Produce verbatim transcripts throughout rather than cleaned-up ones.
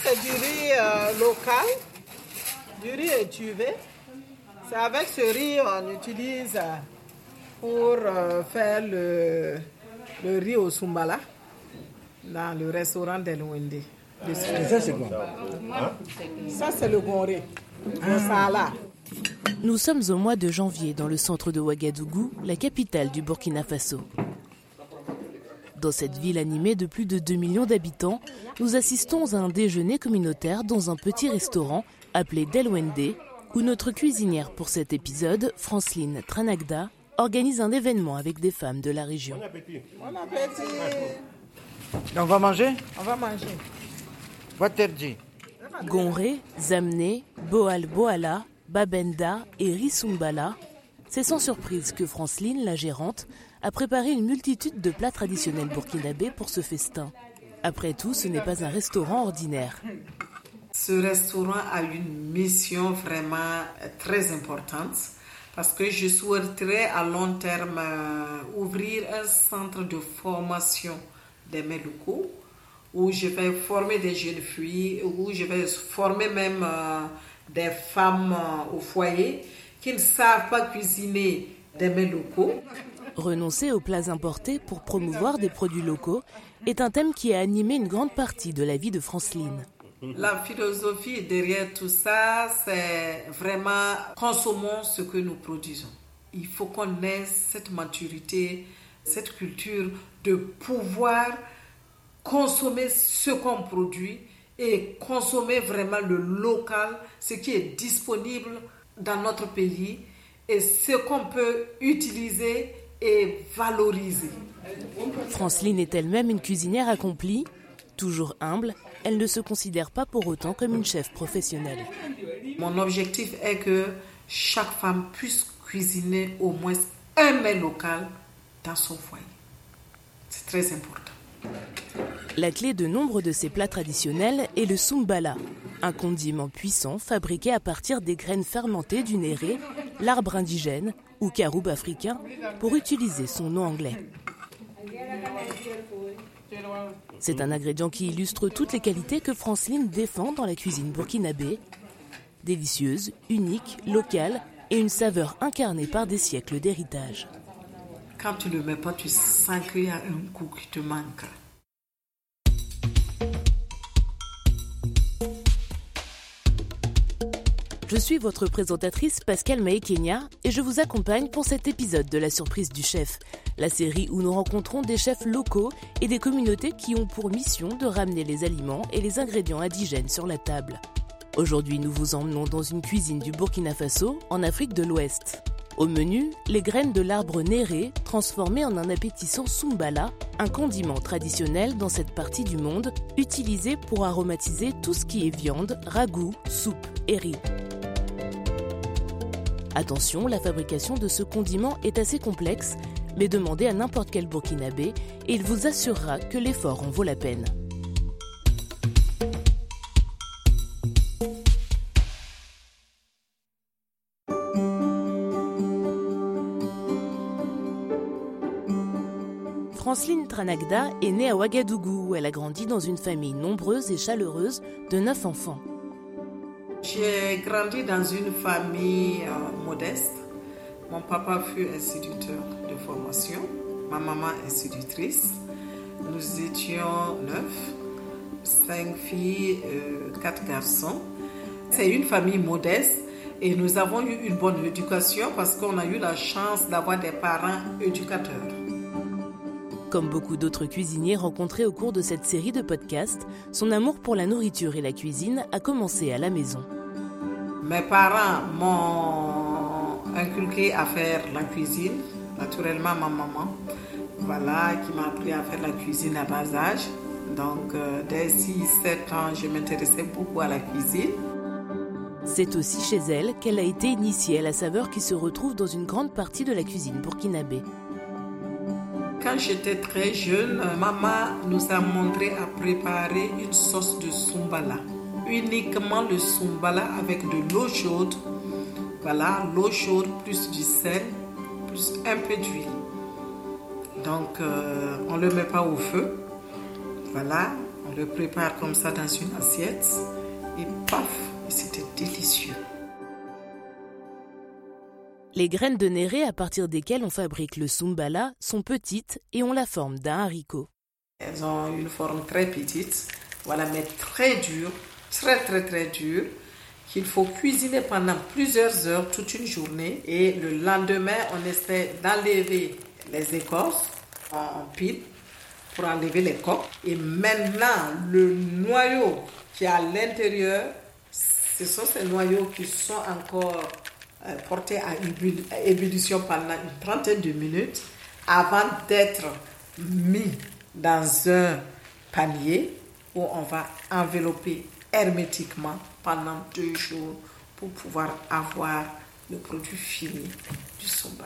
c'est du riz euh, local, du riz étuvé. C'est avec ce riz on utilise pour euh, faire le, le riz au Soumbala dans le restaurant d'El-Wende. Et ça, c'est quoi? Ça, c'est le bon riz, le sala. Nous sommes au mois de janvier dans le centre de Ouagadougou, la capitale du Burkina Faso. Dans cette ville animée de plus de deux millions d'habitants, nous assistons à un déjeuner communautaire dans un petit restaurant appelé Del-Wende, où notre cuisinière pour cet épisode, Franceline Tranagda, organise un événement avec des femmes de la région. Bon appétit. Bon appétit. On va manger? On va manger. Waterji. Gonré, Zamné, Boal Boala, Babenda et Rissumbala, c'est sans surprise que Franceline, la gérante, a préparé une multitude de plats traditionnels burkinabés pour ce festin. Après tout, ce n'est pas un restaurant ordinaire. Ce restaurant a une mission vraiment très importante parce que je souhaiterais à long terme ouvrir un centre de formation des mets locaux où je vais former des jeunes filles, où je vais former même des femmes au foyer qui ne savent pas cuisiner des mets locaux. Renoncer aux plats importés pour promouvoir des produits locaux est un thème qui a animé une grande partie de la vie de Franceline. La philosophie derrière tout ça, c'est vraiment consommons ce que nous produisons. Il faut qu'on ait cette maturité, cette culture de pouvoir consommer ce qu'on produit et consommer vraiment le local, ce qui est disponible dans notre pays et ce qu'on peut utiliser et valoriser. Franceline est elle-même une cuisinière accomplie. Toujours humble, elle ne se considère pas pour autant comme une chef professionnelle. Mon objectif est que chaque femme puisse cuisiner au moins un mets local dans son foyer. C'est très important. La clé de nombre de ces plats traditionnels est le soumbala, un condiment puissant fabriqué à partir des graines fermentées du néré, l'arbre indigène ou caroube africain, pour utiliser son nom anglais. C'est un ingrédient qui illustre toutes les qualités que Franceline défend dans la cuisine burkinabé. Délicieuse, unique, locale et une saveur incarnée par des siècles d'héritage. Quand tu ne le mets pas, tu sens qu'il y a un goût qui te manque. Je suis votre présentatrice Pascal Maekenya et je vous accompagne pour cet épisode de La Surprise du Chef, la série où nous rencontrons des chefs locaux et des communautés qui ont pour mission de ramener les aliments et les ingrédients indigènes sur la table. Aujourd'hui, nous vous emmenons dans une cuisine du Burkina Faso, en Afrique de l'Ouest. Au menu, les graines de l'arbre néré transformées en un appétissant soumbala, un condiment traditionnel dans cette partie du monde, utilisé pour aromatiser tout ce qui est viande, ragoût, soupe et riz. Attention, la fabrication de ce condiment est assez complexe, mais demandez à n'importe quel burkinabé et il vous assurera que l'effort en vaut la peine. Franceline Tranagda est née à Ouagadougou où elle a grandi dans une famille nombreuse et chaleureuse de neuf enfants. J'ai grandi dans une famille euh, modeste. Mon papa fut instituteur de formation, ma maman institutrice. Nous étions neuf, cinq filles, euh, quatre garçons. C'est une famille modeste et nous avons eu une bonne éducation parce qu'on a eu la chance d'avoir des parents éducateurs. Comme beaucoup d'autres cuisiniers rencontrés au cours de cette série de podcasts, son amour pour la nourriture et la cuisine a commencé à la maison. Mes parents m'ont inculqué à faire la cuisine, naturellement ma maman, voilà, qui m'a appris à faire la cuisine à bas âge. Donc euh, dès six sept ans, je m'intéressais beaucoup à la cuisine. C'est aussi chez elle qu'elle a été initiée à la saveur qui se retrouve dans une grande partie de la cuisine burkinabé. Quand j'étais très jeune, maman nous a montré à préparer une sauce de soumbala. Uniquement le soumbala avec de l'eau chaude. Voilà, l'eau chaude plus du sel, plus un peu d'huile. Donc, euh, on ne le met pas au feu. Voilà, On le prépare comme ça dans une assiette et paf, c'était délicieux. Les graines de néré à partir desquelles on fabrique le soumbala sont petites et ont la forme d'un haricot. Elles ont une forme très petite, voilà, mais très dure, très très très dure, qu'il faut cuisiner pendant plusieurs heures, toute une journée. Et le lendemain, on essaie d'enlever les écorces en pile pour enlever les coques. Et maintenant, le noyau qui est à l'intérieur, ce sont ces noyaux qui sont encore euh, portés à ébullition pendant une trentaine de minutes avant d'être mis dans un panier où on va envelopper hermétiquement pendant deux jours pour pouvoir avoir le produit fini du soumbala.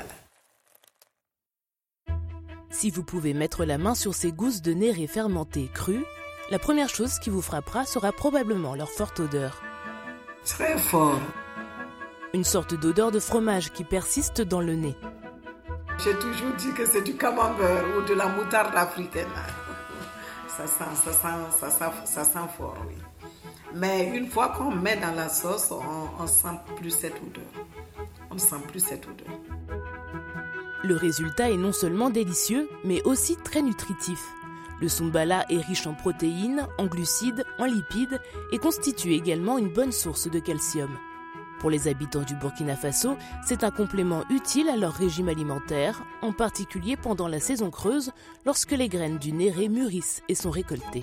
Si vous pouvez mettre la main sur ces gousses de néré fermentées crues, la première chose qui vous frappera sera probablement leur forte odeur. Très fort. Une sorte d'odeur de fromage qui persiste dans le nez. J'ai toujours dit que c'est du camembert ou de la moutarde africaine. Ça sent, ça sent, ça sent, ça sent fort, oui. Mais une fois qu'on met dans la sauce, on ne sent plus cette odeur. On ne sent plus cette odeur. Le résultat est non seulement délicieux, mais aussi très nutritif. Le soumbala est riche en protéines, en glucides, en lipides et constitue également une bonne source de calcium. Pour les habitants du Burkina Faso, c'est un complément utile à leur régime alimentaire, en particulier pendant la saison creuse, lorsque les graines du néré mûrissent et sont récoltées.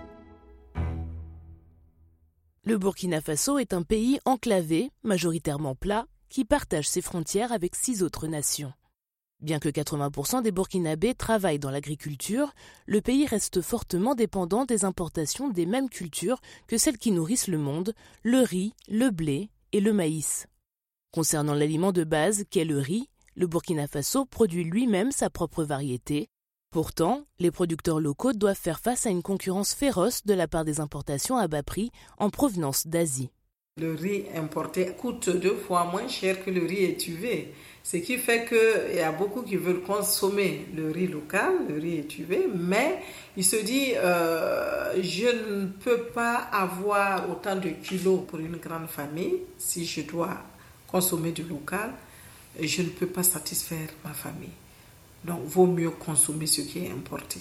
Le Burkina Faso est un pays enclavé, majoritairement plat, qui partage ses frontières avec six autres nations. Bien que quatre-vingts pour cent des Burkinabés travaillent dans l'agriculture, le pays reste fortement dépendant des importations des mêmes cultures que celles qui nourrissent le monde, le riz, le blé et le maïs. Concernant l'aliment de base qu'est le riz, le Burkina Faso produit lui-même sa propre variété. Pourtant, les producteurs locaux doivent faire face à une concurrence féroce de la part des importations à bas prix en provenance d'Asie. Le riz importé coûte deux fois moins cher que le riz étuvé. Ce qui fait qu'il y a beaucoup qui veulent consommer le riz local, le riz étuvé, mais il se dit euh, je ne peux pas avoir autant de kilos pour une grande famille si je dois consommer du local. Je ne peux pas satisfaire ma famille. Donc, il vaut mieux consommer ce qui est importé.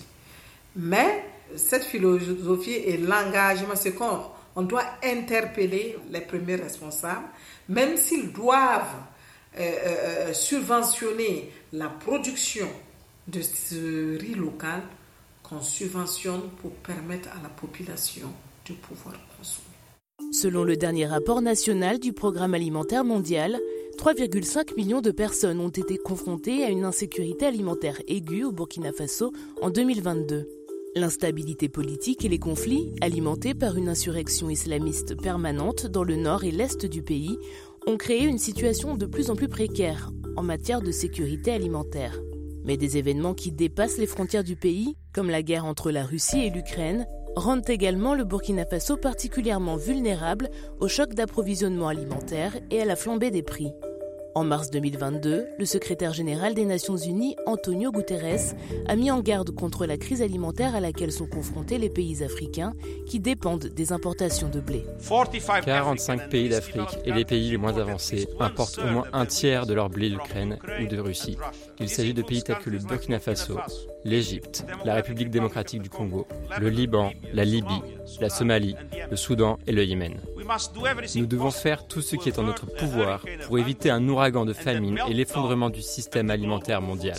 Mais cette philosophie et l'engagement, c'est qu'on on doit interpeller les premiers responsables, même s'ils doivent euh, euh, subventionner la production de ce riz local, qu'on subventionne pour permettre à la population de pouvoir consommer. Selon le dernier rapport national du Programme alimentaire mondial, trois virgule cinq millions de personnes ont été confrontées à une insécurité alimentaire aiguë au Burkina Faso en deux mille vingt-deux. L'instabilité politique et les conflits, alimentés par une insurrection islamiste permanente dans le nord et l'est du pays, ont créé une situation de plus en plus précaire en matière de sécurité alimentaire. Mais des événements qui dépassent les frontières du pays, comme la guerre entre la Russie et l'Ukraine, rendent également le Burkina Faso particulièrement vulnérable au choc d'approvisionnement alimentaire et à la flambée des prix. En mars deux mille vingt-deux, le secrétaire général des Nations Unies, Antonio Guterres, a mis en garde contre la crise alimentaire à laquelle sont confrontés les pays africains qui dépendent des importations de blé. quarante-cinq pays d'Afrique et les pays les moins avancés importent au moins un tiers de leur blé d'Ukraine ou de Russie. Il s'agit de pays tels que le Burkina Faso, l'Égypte, la République démocratique du Congo, le Liban, la Libye, la Somalie, le Soudan et le Yémen. Nous devons faire tout ce qui est en notre pouvoir pour éviter un ouragan de famine et l'effondrement du système alimentaire mondial.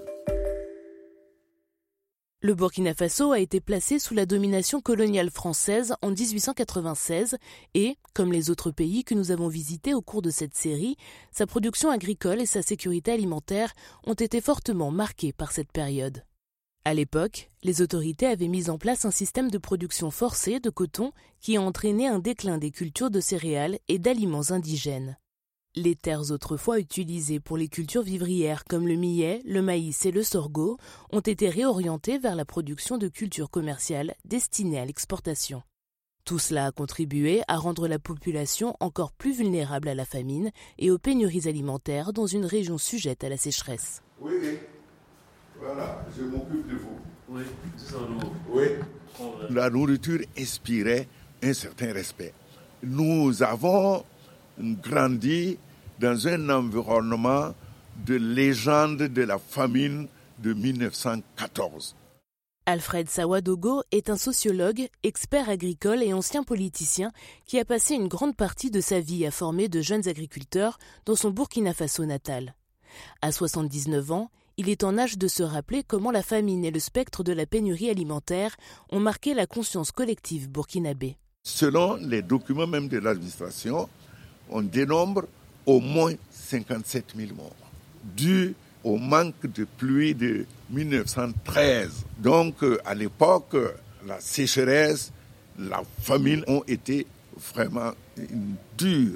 Le Burkina Faso a été placé sous la domination coloniale française en dix-huit cent quatre-vingt-seize et, comme les autres pays que nous avons visités au cours de cette série, sa production agricole et sa sécurité alimentaire ont été fortement marquées par cette période. À l'époque, les autorités avaient mis en place un système de production forcée de coton qui a entraîné un déclin des cultures de céréales et d'aliments indigènes. Les terres autrefois utilisées pour les cultures vivrières comme le millet, le maïs et le sorgho ont été réorientées vers la production de cultures commerciales destinées à l'exportation. Tout cela a contribué à rendre la population encore plus vulnérable à la famine et aux pénuries alimentaires dans une région sujette à la sécheresse. Oui, voilà, je m'occupe de vous. Oui, c'est ça, nous. Oui. La nourriture inspirait un certain respect. Nous avons grandi dans un environnement de légende de la famine de mille neuf cent quatorze. Alfred Sawadogo est un sociologue, expert agricole et ancien politicien qui a passé une grande partie de sa vie à former de jeunes agriculteurs dans son Burkina Faso natal. À soixante-dix-neuf ans, il est en âge de se rappeler comment la famine et le spectre de la pénurie alimentaire ont marqué la conscience collective burkinabé. Selon les documents même de l'administration, on dénombre au moins cinquante-sept mille morts, dus au manque de pluie de mille neuf cent treize. Donc, à l'époque, la sécheresse, la famine ont été vraiment dures.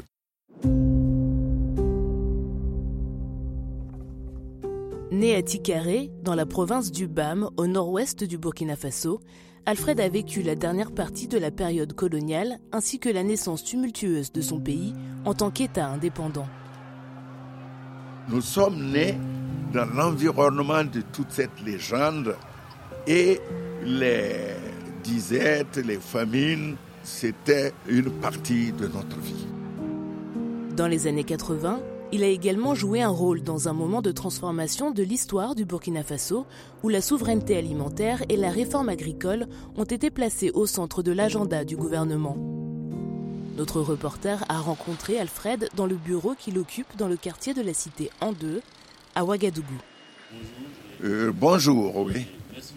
Né à Tikaré, dans la province du B A M, au nord-ouest du Burkina Faso, Alfred a vécu la dernière partie de la période coloniale ainsi que la naissance tumultueuse de son pays en tant qu'État indépendant. Nous sommes nés dans l'environnement de toute cette légende et les disettes, les famines, c'était une partie de notre vie. Dans les années quatre-vingts, il a également joué un rôle dans un moment de transformation de l'histoire du Burkina Faso où la souveraineté alimentaire et la réforme agricole ont été placées au centre de l'agenda du gouvernement. Notre reporter a rencontré Alfred dans le bureau qu'il occupe dans le quartier de la cité en deux, à Ouagadougou. Euh, bonjour, oui.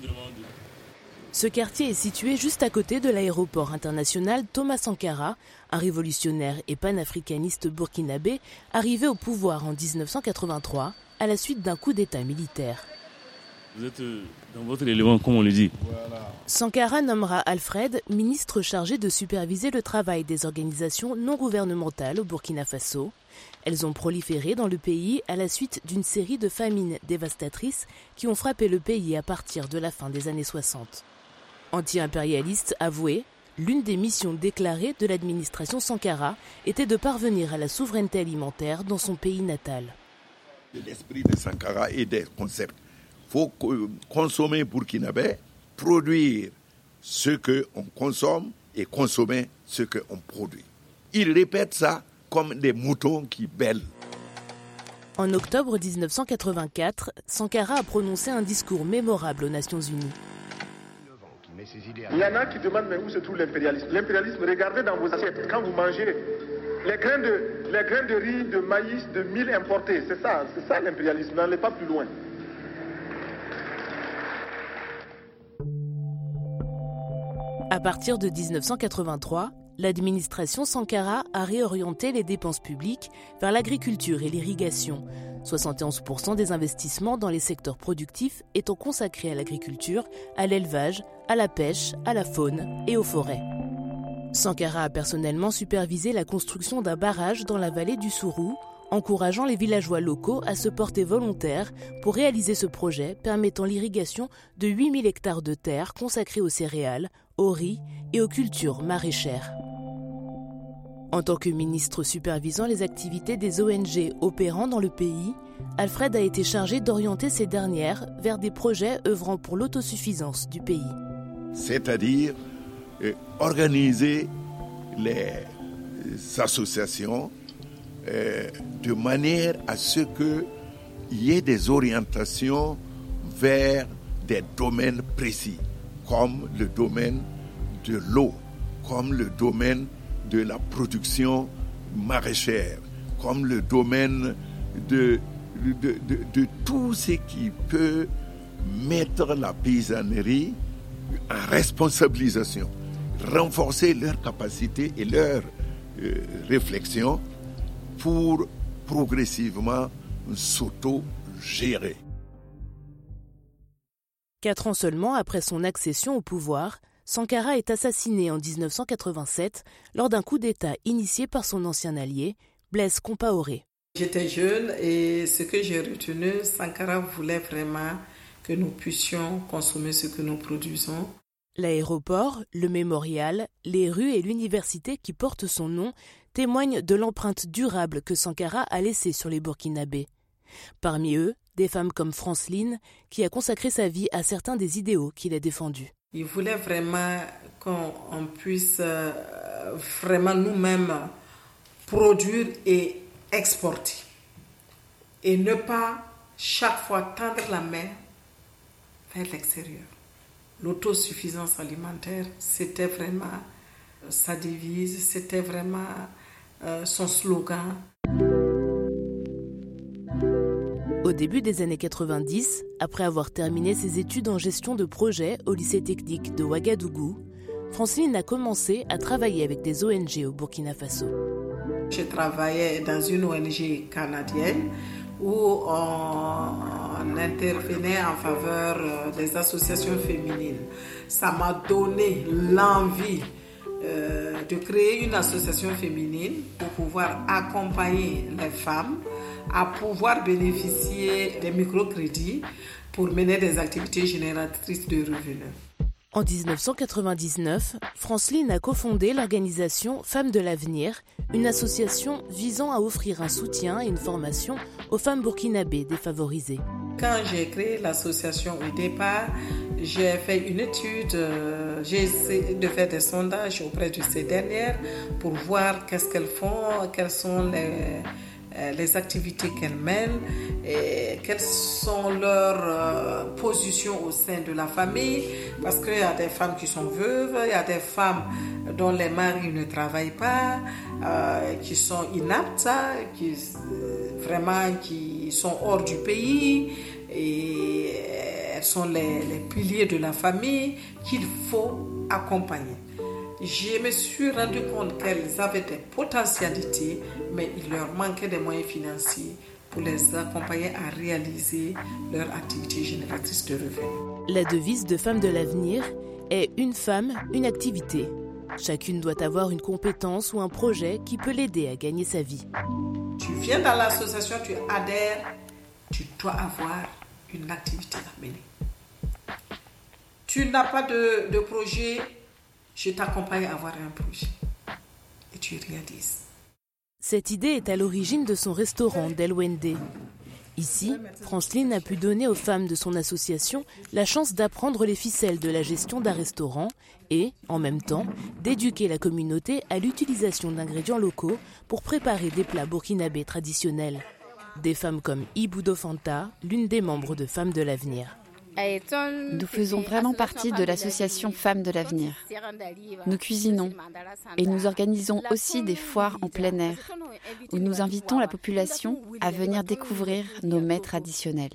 Ce quartier est situé juste à côté de l'aéroport international Thomas Sankara, un révolutionnaire et panafricaniste burkinabé arrivé au pouvoir en dix-neuf cent quatre-vingt-trois à la suite d'un coup d'État militaire. Vous êtes dans votre élément, comme on le dit. Voilà. Sankara nommera Alfred ministre chargé de superviser le travail des organisations non gouvernementales au Burkina Faso. Elles ont proliféré dans le pays à la suite d'une série de famines dévastatrices qui ont frappé le pays à partir de la fin des années soixante. Anti-impérialiste avoué, l'une des missions déclarées de l'administration Sankara était de parvenir à la souveraineté alimentaire dans son pays natal. L'esprit de Sankara est des concepts. Il faut consommer burkinabé, produire ce qu'on consomme et consommer ce qu'on produit. Il répète ça comme des moutons qui bêlent. En octobre dix-neuf cent quatre-vingt-quatre, Sankara a prononcé un discours mémorable aux Nations Unies. Il y en a qui demandent mais où se trouve l'impérialisme. L'impérialisme, regardez dans vos assiettes, quand vous mangez les grains de, les grains de riz, de maïs, de mil importés, c'est ça, c'est ça l'impérialisme, n'allez pas plus loin. À partir de dix-neuf cent quatre-vingt-trois, l'administration Sankara a réorienté les dépenses publiques vers l'agriculture et l'irrigation, soixante et onze pour cent des investissements dans les secteurs productifs étant consacrés à l'agriculture, à l'élevage, à la pêche, à la faune et aux forêts. Sankara a personnellement supervisé la construction d'un barrage dans la vallée du Sourou, encourageant les villageois locaux à se porter volontaires pour réaliser ce projet permettant l'irrigation de huit mille hectares de terre consacrés aux céréales, au riz et aux cultures maraîchères. En tant que ministre supervisant les activités des O N G opérant dans le pays, Alfred a été chargé d'orienter ces dernières vers des projets œuvrant pour l'autosuffisance du pays. C'est-à-dire euh, organiser les associations euh, de manière à ce qu'il y ait des orientations vers des domaines précis, comme le domaine de l'eau, comme le domaine de la production maraîchère, comme le domaine de, de, de, de tout ce qui peut mettre la paysannerie en responsabilisation, renforcer leur capacité et leur euh, réflexion pour progressivement s'auto-gérer. Quatre ans seulement après son accession au pouvoir, Sankara est assassiné en dix-neuf cent quatre-vingt-sept lors d'un coup d'État initié par son ancien allié, Blaise Compaoré. J'étais jeune et ce que j'ai retenu, Sankara voulait vraiment que nous puissions consommer ce que nous produisons. L'aéroport, le mémorial, les rues et l'université qui portent son nom témoignent de l'empreinte durable que Sankara a laissée sur les Burkinabés. Parmi eux, des femmes comme Franceline, qui a consacré sa vie à certains des idéaux qu'il a défendus. Ils voulaient vraiment qu'on puisse euh, vraiment nous-mêmes produire et exporter. Et ne pas chaque fois tendre la main vers l'extérieur. L'autosuffisance alimentaire, c'était vraiment sa devise, c'était vraiment euh, son slogan. Au début des années quatre-vingt-dix, après avoir terminé ses études en gestion de projet au lycée technique de Ouagadougou, Franceline a commencé à travailler avec des O N G au Burkina Faso. Je travaillais dans une O N G canadienne où on intervenait en faveur des associations féminines. Ça m'a donné l'envie euh, de créer une association féminine pour pouvoir accompagner les femmes à pouvoir bénéficier des microcrédits pour mener des activités génératrices de revenus. En dix-neuf cent quatre-vingt-dix-neuf, Franceline a cofondé l'organisation Femmes de l'avenir, une association visant à offrir un soutien et une formation aux femmes burkinabées défavorisées. Quand j'ai créé l'association au départ, j'ai fait une étude, euh, j'ai essayé de faire des sondages auprès de ces dernières pour voir qu'est-ce qu'elles font, quelles sont les... les activités qu'elles mènent, et quelles sont leurs euh, positions au sein de la famille, parce qu'il y a des femmes qui sont veuves, il y a des femmes dont les maris ne travaillent pas, euh, qui sont inaptes, qui, euh, vraiment qui sont hors du pays, et elles sont les, les piliers de la famille qu'il faut accompagner. Je me suis rendu compte qu'elles avaient des potentialités, mais il leur manquait des moyens financiers pour les accompagner à réaliser leur activité génératrice de revenus. La devise de Femmes de l'avenir est « Une femme, une activité ». Chacune doit avoir une compétence ou un projet qui peut l'aider à gagner sa vie. Tu viens dans l'association, tu adhères, tu dois avoir une activité à mener. Tu n'as pas de, de projet, je t'accompagne à avoir un projet et tu réalises. Cette idée est à l'origine de son restaurant Del Wende. Ici, Franceline a pu donner aux femmes de son association la chance d'apprendre les ficelles de la gestion d'un restaurant et, en même temps, d'éduquer la communauté à l'utilisation d'ingrédients locaux pour préparer des plats burkinabés traditionnels. Des femmes comme Iboudo Fanta, l'une des membres de Femmes de l'avenir. Nous faisons vraiment partie de l'association Femmes de l'avenir. Nous cuisinons et nous organisons aussi des foires en plein air où nous invitons la population à venir découvrir nos mets traditionnels.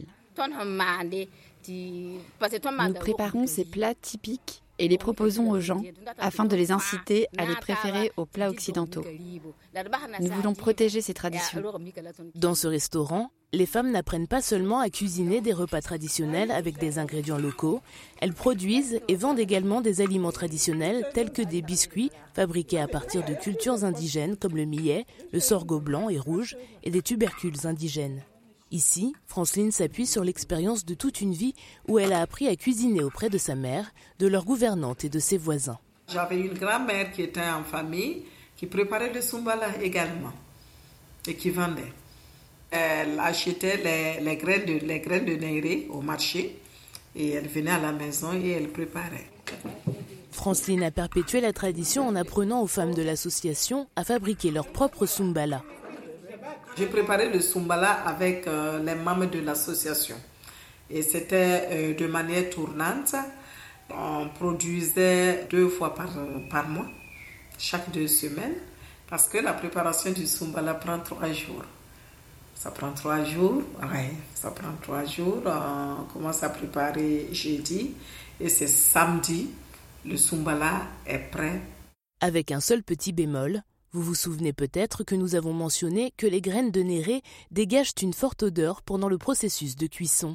Nous préparons ces plats typiques et les proposons aux gens afin de les inciter à les préférer aux plats occidentaux. Nous voulons protéger ces traditions. Dans ce restaurant, les femmes n'apprennent pas seulement à cuisiner des repas traditionnels avec des ingrédients locaux, elles produisent et vendent également des aliments traditionnels tels que des biscuits fabriqués à partir de cultures indigènes comme le millet, le sorgho blanc et rouge et des tubercules indigènes. Ici, Franceline s'appuie sur l'expérience de toute une vie où elle a appris à cuisiner auprès de sa mère, de leur gouvernante et de ses voisins. J'avais une grand-mère qui était en famille, qui préparait le soumbala également et qui vendait. Elle achetait les, les, graines de, les graines de néré au marché et elle venait à la maison et elle préparait. Franceline a perpétué la tradition en apprenant aux femmes de l'association à fabriquer leur propre soumbala. J'ai préparé le soumbala avec euh, les membres de l'association. Et c'était euh, de manière tournante. On produisait deux fois par, par mois, chaque deux semaines, parce que la préparation du soumbala prend trois jours. Ça prend trois jours, ouais, ça prend trois jours. On commence à préparer jeudi et c'est samedi, le soumbala est prêt. Avec un seul petit bémol. Vous vous souvenez peut-être que nous avons mentionné que les graines de néré dégagent une forte odeur pendant le processus de cuisson.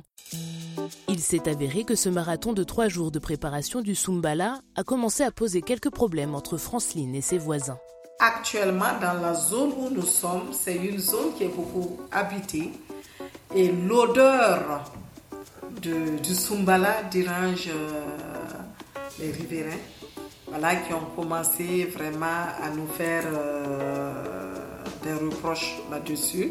Il s'est avéré que ce marathon de trois jours de préparation du soumbala a commencé à poser quelques problèmes entre Franceline et ses voisins. Actuellement, dans la zone où nous sommes, c'est une zone qui est beaucoup habitée et l'odeur de, du soumbala dérange euh, les riverains. Voilà, qui ont commencé vraiment à nous faire euh, des reproches là-dessus.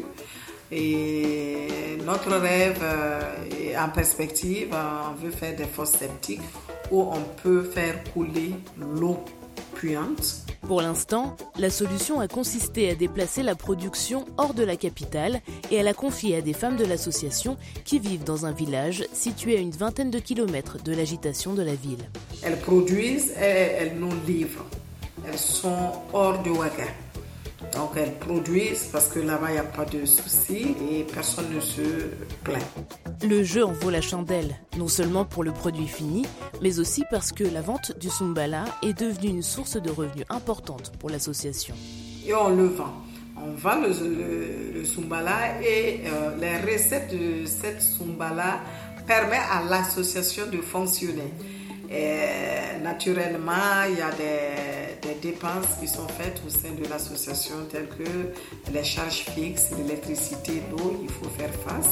Et notre rêve euh, est en perspective, on veut faire des fosses septiques où on peut faire couler l'eau puante. Pour l'instant, la solution a consisté à déplacer la production hors de la capitale et à la confier à des femmes de l'association qui vivent dans un village situé à une vingtaine de kilomètres de l'agitation de la ville. Elles produisent et elles nous livrent. Elles sont hors de Ouaga. Donc elles produisent parce que là-bas il n'y a pas de soucis et personne ne se plaint. Le jeu en vaut la chandelle, non seulement pour le produit fini, mais aussi parce que la vente du Soumbala est devenue une source de revenus importante pour l'association. Et on le vend. On vend le, le, le Soumbala et euh, les recettes de cette Soumbala permettent à l'association de fonctionner. Et naturellement, il y a des, des dépenses qui sont faites au sein de l'association, telles que les charges fixes, l'électricité, l'eau, il faut faire face.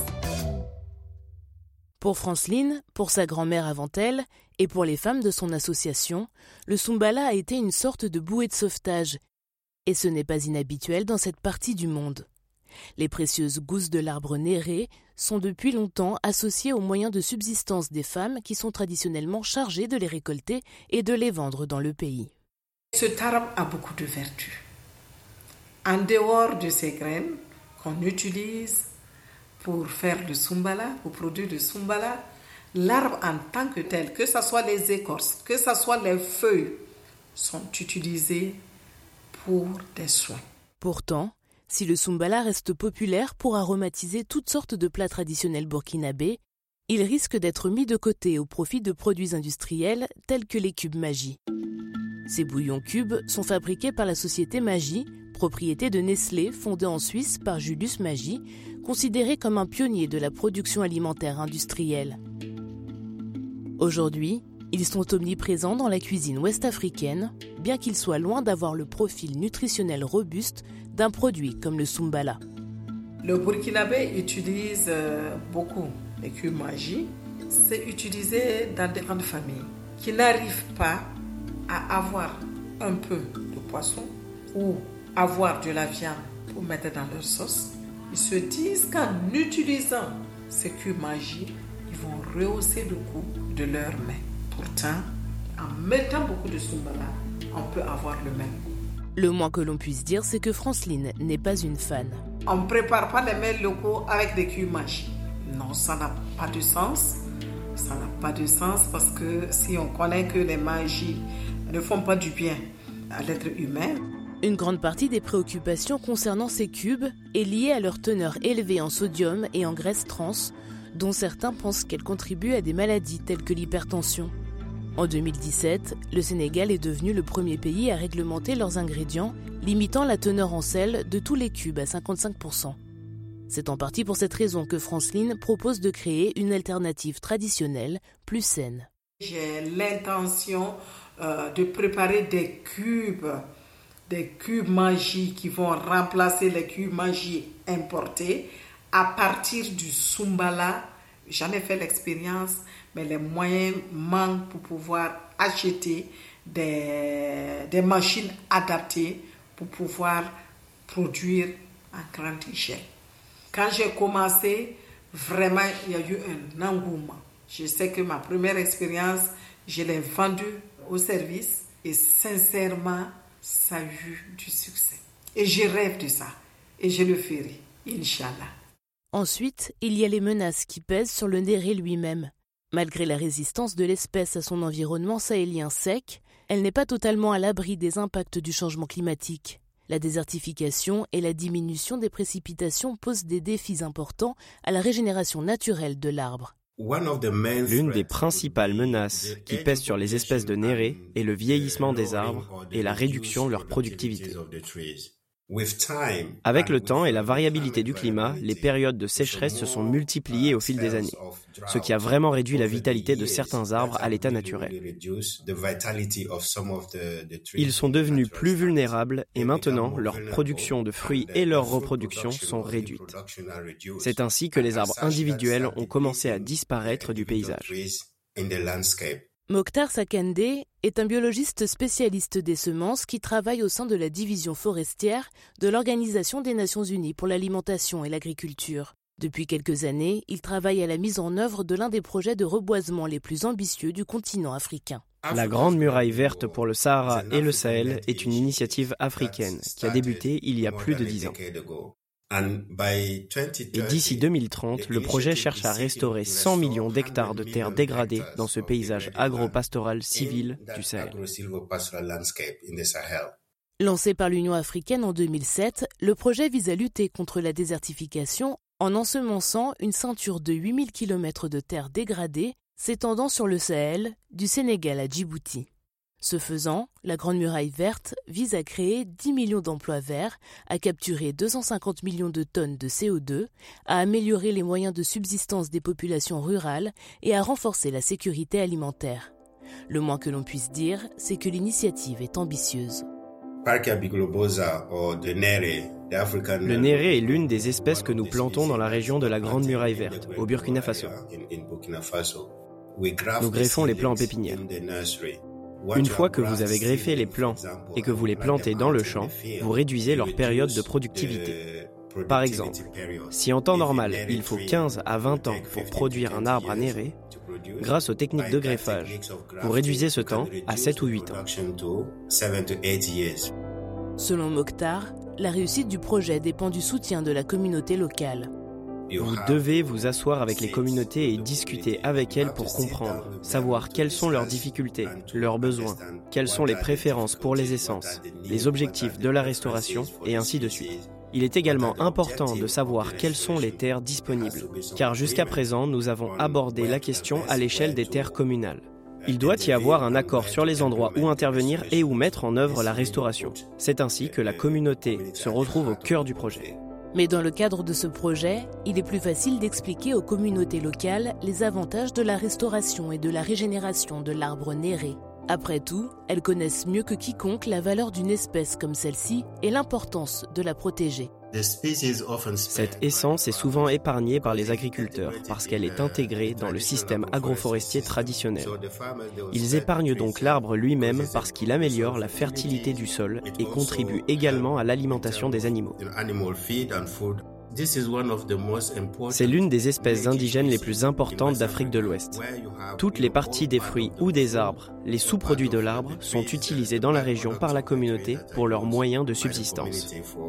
Pour Franceline, pour sa grand-mère avant elle, et pour les femmes de son association, le Soumbala a été une sorte de bouée de sauvetage. Et ce n'est pas inhabituel dans cette partie du monde. Les précieuses gousses de l'arbre néré sont depuis longtemps associées aux moyens de subsistance des femmes qui sont traditionnellement chargées de les récolter et de les vendre dans le pays. Ce arbre a beaucoup de vertus. En dehors de ces graines qu'on utilise pour faire le Soumbala, pour produire le Soumbala, l'arbre en tant que tel, que ce soit les écorces, que ce soit les feuilles, sont utilisées pour des soins. Pourtant, si le Soumbala reste populaire pour aromatiser toutes sortes de plats traditionnels burkinabés, il risque d'être mis de côté au profit de produits industriels tels que les cubes Maggi. Ces bouillons cubes sont fabriqués par la société Maggi, propriété de Nestlé, fondée en Suisse par Julius Maggi, considéré comme un pionnier de la production alimentaire industrielle. Aujourd'hui, ils sont omniprésents dans la cuisine ouest-africaine, bien qu'ils soient loin d'avoir le profil nutritionnel robuste d'un produit comme le Soumbala. Le Burkinabé utilise beaucoup les cubes Maggi. C'est utilisé dans des grandes familles qui n'arrivent pas à avoir un peu de poisson ou avoir de la viande pour mettre dans leur sauce. Ils se disent qu'en utilisant ces cubes Maggi, ils vont rehausser le goût de leur mets. Pourtant, en mettant beaucoup de Soumbala, on peut avoir le même goût. Le moins que l'on puisse dire, c'est que Franceline n'est pas une fan. On ne prépare pas les mets locaux avec des cubes Maggi. Non, ça n'a pas de sens. Ça n'a pas de sens parce que si on connaît que les Maggi ne font pas du bien à l'être humain. Une grande partie des préoccupations concernant ces cubes est liée à leur teneur élevée en sodium et en graisse trans, dont certains pensent qu'elles contribuent à des maladies telles que l'hypertension. En deux mille dix-sept, le Sénégal est devenu le premier pays à réglementer leurs ingrédients, limitant la teneur en sel de tous les cubes à cinquante-cinq pour cent. C'est en partie pour cette raison que Franceline propose de créer une alternative traditionnelle, plus saine. J'ai l'intention euh, de préparer des cubes, des cubes Maggi qui vont remplacer les cubes Maggi importés à partir du Soumbala. J'en ai fait l'expérience, mais les moyens manquent pour pouvoir acheter des, des machines adaptées pour pouvoir produire à grande échelle. Quand j'ai commencé, vraiment, il y a eu un engouement. Je sais que ma première expérience, je l'ai vendue au service et sincèrement, ça a eu du succès. Et je rêve de ça et je le ferai, Inch'Allah. Ensuite, il y a les menaces qui pèsent sur le néré lui-même. Malgré la résistance de l'espèce à son environnement sahélien sec, elle n'est pas totalement à l'abri des impacts du changement climatique. La désertification et la diminution des précipitations posent des défis importants à la régénération naturelle de l'arbre. L'une des principales menaces qui pèsent sur les espèces de néré est le vieillissement des arbres et la réduction de leur productivité. Avec le temps et la variabilité du climat, les périodes de sécheresse se sont multipliées au fil des années, ce qui a vraiment réduit la vitalité de certains arbres à l'état naturel. Ils sont devenus plus vulnérables et maintenant leur production de fruits et leur reproduction sont réduites. C'est ainsi que les arbres individuels ont commencé à disparaître du paysage. Mokhtar Sakande est un biologiste spécialiste des semences qui travaille au sein de la division forestière de l'Organisation des Nations Unies pour l'alimentation et l'agriculture. Depuis quelques années, il travaille à la mise en œuvre de l'un des projets de reboisement les plus ambitieux du continent africain. La Grande Muraille Verte pour le Sahara et le Sahel est une initiative africaine qui a débuté il y a plus de dix ans. Et d'ici deux mille trente, le projet cherche à restaurer cent millions d'hectares de terres dégradées dans ce paysage agro-pastoral civil du Sahel. Lancé par l'Union africaine en deux mille sept, le projet vise à lutter contre la désertification en ensemençant une ceinture de huit mille kilomètres de terres dégradées s'étendant sur le Sahel, du Sénégal à Djibouti. Ce faisant, la Grande Muraille Verte vise à créer dix millions d'emplois verts, à capturer deux cent cinquante millions de tonnes de C O deux, à améliorer les moyens de subsistance des populations rurales et à renforcer la sécurité alimentaire. Le moins que l'on puisse dire, c'est que l'initiative est ambitieuse. Le néré est l'une des espèces que nous plantons dans la région de la Grande Muraille Verte, au Burkina Faso. Nous greffons les plants en pépinière. Une fois que vous avez greffé les plants et que vous les plantez dans le champ, vous réduisez leur période de productivité. Par exemple, si en temps normal, il faut quinze à vingt ans pour produire un arbre à néré, grâce aux techniques de greffage, vous réduisez ce temps à sept ou huit ans. Selon Mokhtar, la réussite du projet dépend du soutien de la communauté locale. Vous devez vous asseoir avec les communautés et discuter avec elles pour comprendre, savoir quelles sont leurs difficultés, leurs besoins, quelles sont les préférences pour les essences, les objectifs de la restauration et ainsi de suite. Il est également important de savoir quelles sont les terres disponibles, car jusqu'à présent, nous avons abordé la question à l'échelle des terres communales. Il doit y avoir un accord sur les endroits où intervenir et où mettre en œuvre la restauration. C'est ainsi que la communauté se retrouve au cœur du projet. Mais dans le cadre de ce projet, il est plus facile d'expliquer aux communautés locales les avantages de la restauration et de la régénération de l'arbre néré. Après tout, elles connaissent mieux que quiconque la valeur d'une espèce comme celle-ci et l'importance de la protéger. Cette essence est souvent épargnée par les agriculteurs parce qu'elle est intégrée dans le système agroforestier traditionnel. Ils épargnent donc l'arbre lui-même parce qu'il améliore la fertilité du sol et contribue également à l'alimentation des animaux. C'est l'une des espèces indigènes les plus importantes d'Afrique de l'Ouest. Toutes les parties des fruits ou des arbres, les sous-produits de l'arbre, sont utilisés dans la région par la communauté pour leurs moyens de subsistance.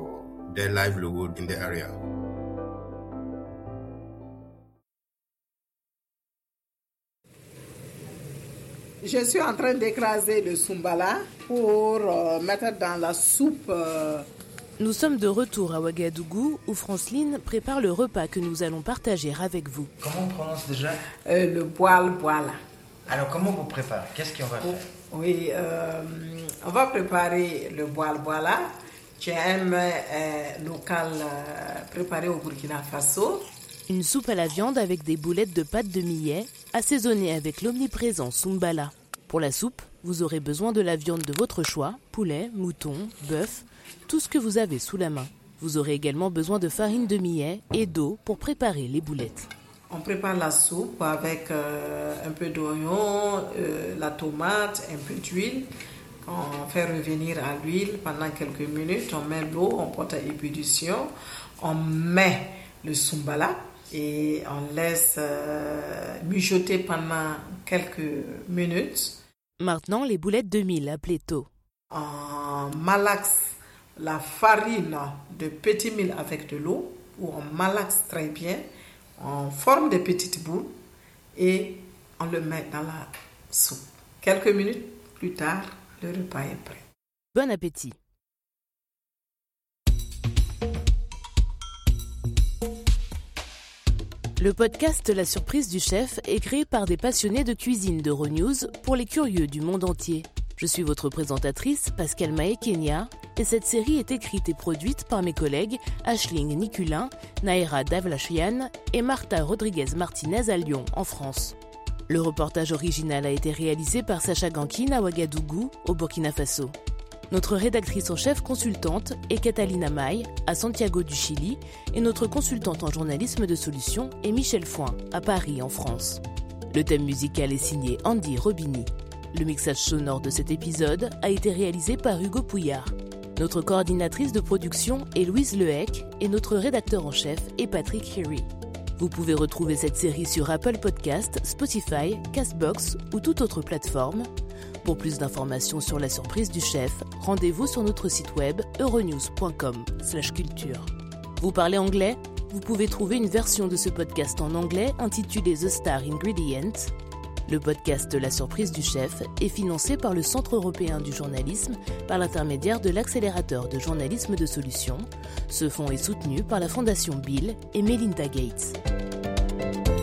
Je suis en train d'écraser le soumbala pour euh, mettre dans la soupe. Euh... Nous sommes de retour à Ouagadougou où Franceline prépare le repas que nous allons partager avec vous. Comment on prononce déjà euh, Le boile-boile. Alors comment vous préparez? Qu'est-ce qu'on va faire? Oui, euh, on va préparer le boile-boile qui est un euh, local euh, préparé au Burkina Faso. Une soupe à la viande avec des boulettes de pâte de millet, assaisonnée avec l'omniprésent soumbala. Pour la soupe, vous aurez besoin de la viande de votre choix, poulet, mouton, bœuf, tout ce que vous avez sous la main. Vous aurez également besoin de farine de millet et d'eau pour préparer les boulettes. On prépare la soupe avec euh, un peu d'oignon, euh, la tomate, un peu d'huile. On fait revenir à l'huile pendant quelques minutes. On met l'eau, on porte à ébullition. On met le soumbala et on laisse euh, mijoter pendant quelques minutes. Maintenant, les boulettes de mil appelées taux. On malaxe la farine de petit mil avec de l'eau, ou on malaxe très bien. On forme des petites boules et on le met dans la soupe. Quelques minutes plus tard, le repas est prêt. Bon appétit! Le podcast La surprise du chef est créé par des passionnés de cuisine d'Euronews pour les curieux du monde entier. Je suis votre présentatrice, Pascal Maekenia, et cette série est écrite et produite par mes collègues Aisling Niculin, Naira Davlachian et Marta Rodriguez Martinez à Lyon, en France. Le reportage original a été réalisé par Sacha Gankin à Ouagadougou, au Burkina Faso. Notre rédactrice en chef consultante est Catalina May, à Santiago du Chili, et notre consultante en journalisme de solutions est Michel Foin, à Paris, en France. Le thème musical est signé Andy Robini. Le mixage sonore de cet épisode a été réalisé par Hugo Pouillard. Notre coordinatrice de production est Louise Lehec et notre rédacteur en chef est Patrick Heary. Vous pouvez retrouver cette série sur Apple Podcasts, Spotify, Castbox ou toute autre plateforme. Pour plus d'informations sur La Surprise du Chef, rendez-vous sur notre site web euronews point com slash culture. Vous parlez anglais ? Vous pouvez trouver une version de ce podcast en anglais intitulé The Star Ingredient. Le podcast La Surprise du Chef est financé par le Centre européen du journalisme par l'intermédiaire de l'accélérateur de journalisme de solutions. Ce fonds est soutenu par la Fondation Bill et Melinda Gates.